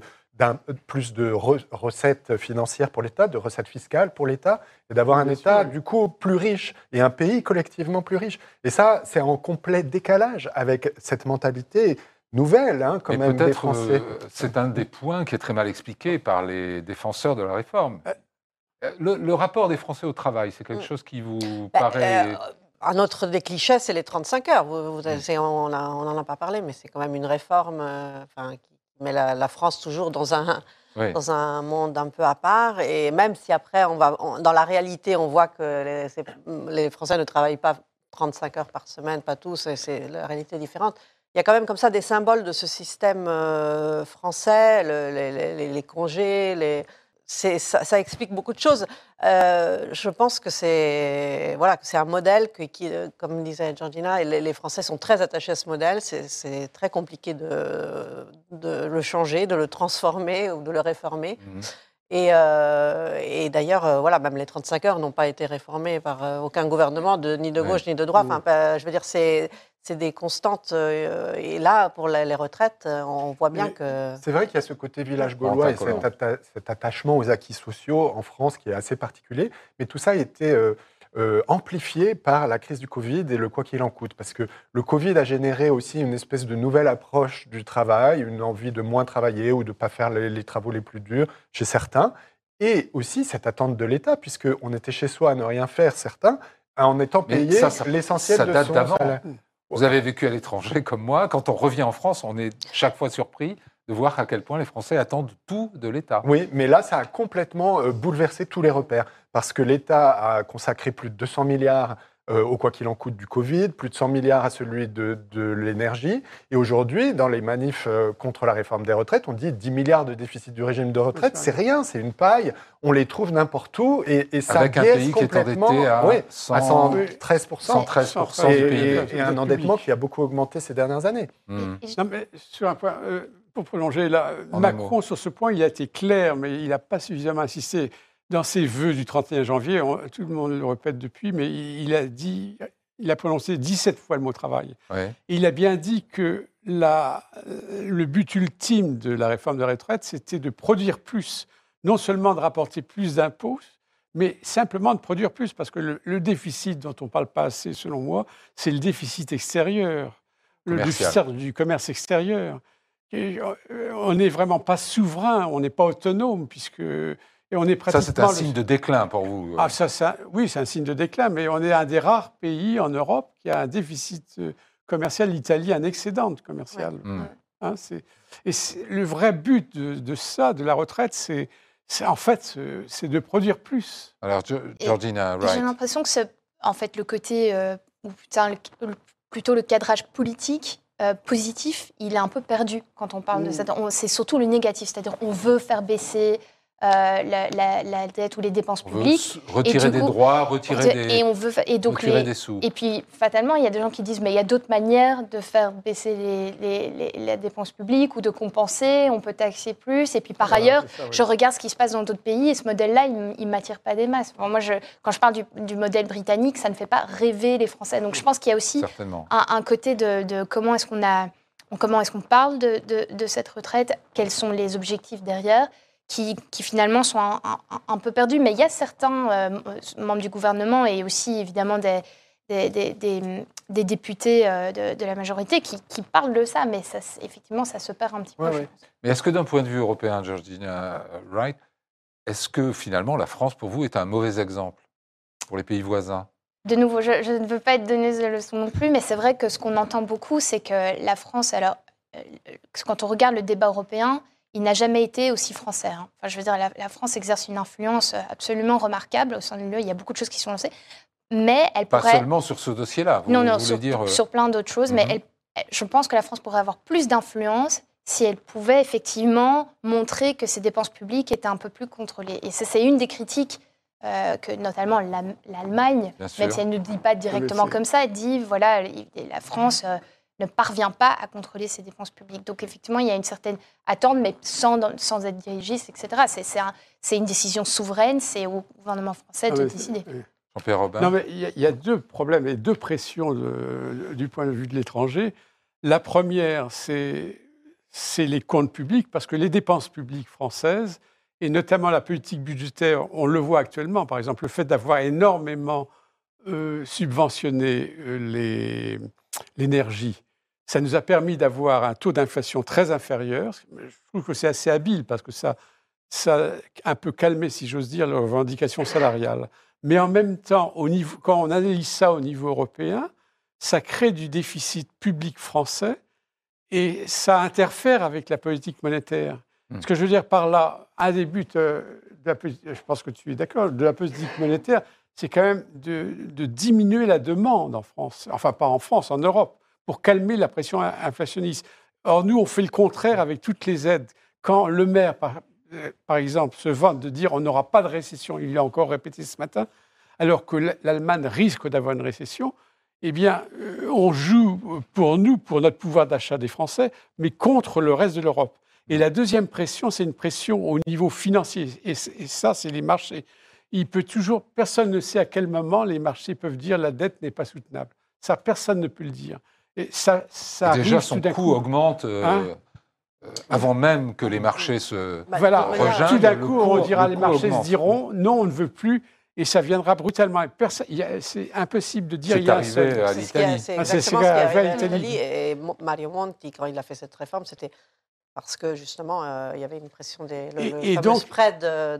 recettes financières pour l'État, de recettes fiscales pour l'État, et d'avoir un État, du coup, plus riche, et un pays collectivement plus riche. Et ça, c'est en complet décalage avec cette mentalité nouvelle, quand même, des Français. C'est un des points qui est très mal expliqué par les défenseurs de la réforme. Le rapport des Français au travail, c'est quelque chose qui vous paraît... Un autre des clichés, c'est les 35 heures. On n'en a pas parlé, mais c'est quand même une réforme qui met la France toujours dans un monde un peu à part. Et même si après, dans la réalité, on voit que les Français ne travaillent pas 35 heures par semaine, pas tous, c'est la réalité différente. Il y a quand même comme ça des symboles de ce système français, les congés, ça explique beaucoup de choses. Je pense que c'est un modèle qui, comme disait Georgina, les Français sont très attachés à ce modèle. C'est très compliqué de le changer, de le transformer ou de le réformer. Et d'ailleurs, même les 35 heures n'ont pas été réformées par aucun gouvernement, ni de gauche ni de droite. Je veux dire, c'est des constantes. Et là, pour les retraites, on voit bien que... C'est vrai qu'il y a ce côté village gaulois et cet attachement aux acquis sociaux en France qui est assez particulier. Mais tout ça a été amplifié par la crise du Covid et le quoi qu'il en coûte. Parce que le Covid a généré aussi une espèce de nouvelle approche du travail, une envie de moins travailler ou de ne pas faire les travaux les plus durs chez certains. Et aussi cette attente de l'État, puisqu'on était chez soi à ne rien faire, certains, en étant payés l'essentiel de son salaire. Vous avez vécu à l'étranger comme moi. Quand on revient en France, on est chaque fois surpris de voir à quel point les Français attendent tout de l'État. Oui, mais là, ça a complètement bouleversé tous les repères. Parce que l'État a consacré plus de 200 milliards au quoi qu'il en coûte du Covid, plus de 100 milliards à celui de l'énergie. Et aujourd'hui, dans les manifs contre la réforme des retraites, on dit 10 milliards de déficit du régime de retraite. C'est rien, c'est une paille. On les trouve n'importe où et ça avec un pays qui est endetté à 113%. 113% du PIB. Et un endettement qui a beaucoup augmenté ces dernières années. Non, mais sur un point, pour prolonger, là, Macron, sur ce point, il a été clair, mais il n'a pas suffisamment insisté. Dans ses vœux du 31 janvier, tout le monde le répète depuis, mais il a prononcé 17 fois le mot travail. Ouais. Et il a bien dit que le but ultime de la réforme de la retraite, c'était de produire plus, non seulement de rapporter plus d'impôts, mais simplement de produire plus, parce que le déficit dont on ne parle pas assez, selon moi, c'est le déficit extérieur, le déficit du commerce extérieur. Et on n'est vraiment pas souverain, on n'est pas autonome, puisque... Et on est ça, c'est un signe de déclin pour vous. Oui, c'est un signe de déclin, mais on est un des rares pays en Europe qui a un déficit commercial. L'Italie a un excédent commercial. Ouais. Et le vrai but de ça, de la retraite, c'est de produire plus. Alors, Georgina, J'ai l'impression que le côté, ou plutôt le cadrage politique positif, il est un peu perdu quand on parle de ça. C'est surtout le négatif, c'est-à-dire on veut faire baisser la dette ou les dépenses publiques. On veut retirer des droits, retirer des sous. Et puis, fatalement, il y a des gens qui disent mais il y a d'autres manières de faire baisser les dépenses publiques ou de compenser, on peut taxer plus. Et puis, par ailleurs, je regarde ce qui se passe dans d'autres pays et ce modèle-là, il ne m'attire pas des masses. Bon, moi, quand je parle du modèle britannique, ça ne fait pas rêver les Français. Donc, je pense qu'il y a aussi un côté de comment est-ce qu'on parle de cette retraite, quels sont les objectifs derrière, qui finalement sont un peu perdus. Mais il y a certains membres du gouvernement et aussi évidemment des députés de la majorité qui parlent de ça, mais ça, effectivement, ça se perd un petit peu. Je pense. Mais est-ce que d'un point de vue européen, Georgina Wright, est-ce que finalement la France, pour vous, est un mauvais exemple pour les pays voisins ? De nouveau, je ne veux pas être donneuse de leçons non plus, mais c'est vrai que ce qu'on entend beaucoup, c'est que la France, alors, quand on regarde le débat européen, il n'a jamais été aussi français. Hein. Enfin, je veux dire, la France exerce une influence absolument remarquable au sein de l'UE. Il y a beaucoup de choses qui sont lancées. Mais elle pourrait... Pas seulement sur ce dossier-là. Sur plein d'autres choses. Mais je pense que la France pourrait avoir plus d'influence si elle pouvait effectivement montrer que ses dépenses publiques étaient un peu plus contrôlées. Et c'est une des critiques que notamment l'Allemagne, même si elle ne dit pas directement comme ça, elle dit, voilà, la France... ne parvient pas à contrôler ses dépenses publiques. Donc, effectivement, il y a une certaine attente, mais sans être dirigiste, etc. C'est une décision souveraine, c'est au gouvernement français de décider. Jean-Pierre Robin. Non, mais il y a deux problèmes et deux pressions du point de vue de l'étranger. La première, c'est les comptes publics, parce que les dépenses publiques françaises, et notamment la politique budgétaire, on le voit actuellement, par exemple, le fait d'avoir énormément subventionné l'énergie, ça nous a permis d'avoir un taux d'inflation très inférieur. Je trouve que c'est assez habile parce que ça a un peu calmé, si j'ose dire, les revendications salariales. Mais en même temps, quand on analyse ça au niveau européen, ça crée du déficit public français et ça interfère avec la politique monétaire. Ce que je veux dire par là, un des buts, je pense que tu es d'accord, de la politique monétaire, c'est quand même de diminuer la demande en France, enfin pas en France, en Europe, pour calmer la pression inflationniste. Or, nous, on fait le contraire avec toutes les aides. Quand le maire, par exemple, se vante de dire on n'aura pas de récession, il l'a encore répété ce matin, alors que l'Allemagne risque d'avoir une récession, eh bien, on joue pour nous, pour notre pouvoir d'achat des Français, mais contre le reste de l'Europe. Et la deuxième pression, c'est une pression au niveau financier. Et ça, c'est les marchés. Personne ne sait à quel moment les marchés peuvent dire la dette n'est pas soutenable. Ça, personne ne peut le dire. Et ça déjà, son coût augmente avant même que les marchés se rejoignent. Tout d'un coup, on dira, les marchés se diront non, on ne veut plus, et ça viendra brutalement. C'est impossible de dire. C'est arrivé à l'Italie. C'est exactement ce qui est arrivé à l'Italie. Et Mario Monti, quand il a fait cette réforme, c'était parce que justement, il y avait une pression le spread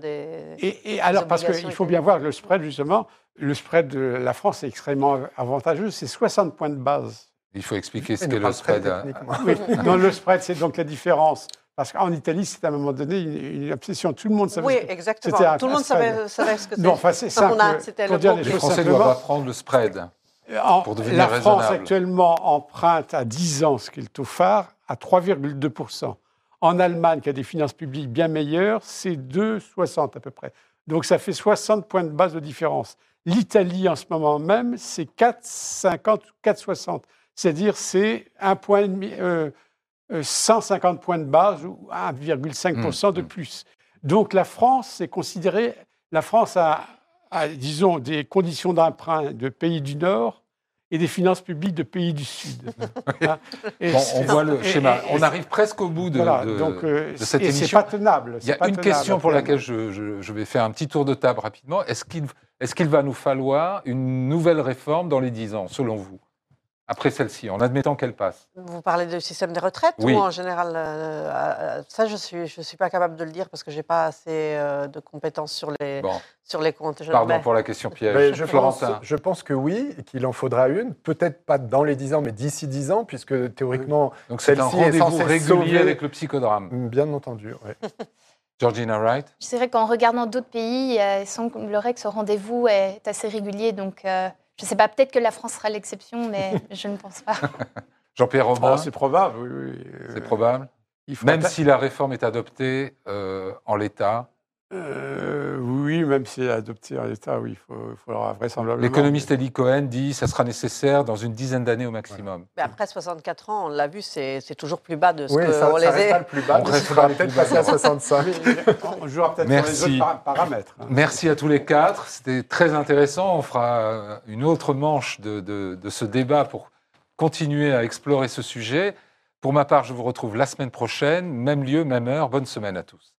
des alors, parce qu'il faut bien voir le spread, justement, le spread de la France est extrêmement avantageux, c'est 60 points de base. Il faut expliquer ce qu'est le spread. Non, le spread, c'est donc la différence. Parce qu'en Italie, c'était à un moment donné une obsession. Tout le monde savait. Oui, exactement. Tout le monde savait ce que c'était. Non, enfin, c'est ça. Les Français doivent apprendre le spread pour devenir la raisonnable. France, actuellement, emprunte à 10 ans, ce qui est le taux phare, à 3,2%. En Allemagne, qui a des finances publiques bien meilleures, c'est 2,60 à peu près. Donc, ça fait 60 points de base de différence. L'Italie, en ce moment même, c'est 4,50 ou 4,60. C'est-à-dire, c'est 150 points de base ou 1,5% de plus. Donc, la France, c'est considéré... La France a, disons, des conditions d'emprunt de pays du Nord et des finances publiques de pays du Sud. On voit le schéma. On arrive presque au bout de cette émission. Et c'est pas tenable. Il y a une question pour laquelle je vais faire un petit tour de table rapidement. Est-ce qu'il va nous falloir une nouvelle réforme dans les 10 ans, selon vous ? Après celle-ci, en admettant qu'elle passe. Vous parlez du système des retraites ou en général ça, je suis pas capable de le dire parce que j'ai pas assez de compétences sur les comptes. Pardon pour la question piège. Je pense que oui, qu'il en faudra une. Peut-être pas dans les 10 ans, mais d'ici 10 ans, puisque théoriquement, donc c'est un rendez-vous régulier avec le psychodrame. Bien entendu, oui. Georgina Wright. Je dirais qu'en regardant d'autres pays, il semblerait que ce rendez-vous est assez régulier, donc... je ne sais pas, peut-être que la France sera l'exception, mais je ne pense pas. Jean-Pierre Robin, C'est probable, oui. c'est probable. Même si la réforme est adoptée en l'état. Oui, même si adopté en l'état, oui, il faudra vraisemblablement. L'économiste Elie Cohen dit que ça sera nécessaire dans une dizaine d'années au maximum. Mais après 64 ans, on l'a vu, c'est toujours plus bas de ce Oui, que ça on les restera est. le plus bas. On On restera va le peut-être plus bas. passer à 65. On jouera peut-être Merci. sur les autres paramètres. Merci à tous les quatre. C'était très intéressant. On fera une autre manche de ce débat pour continuer à explorer ce sujet. Pour ma part, je vous retrouve la semaine prochaine. Même lieu, même heure. Bonne semaine à tous.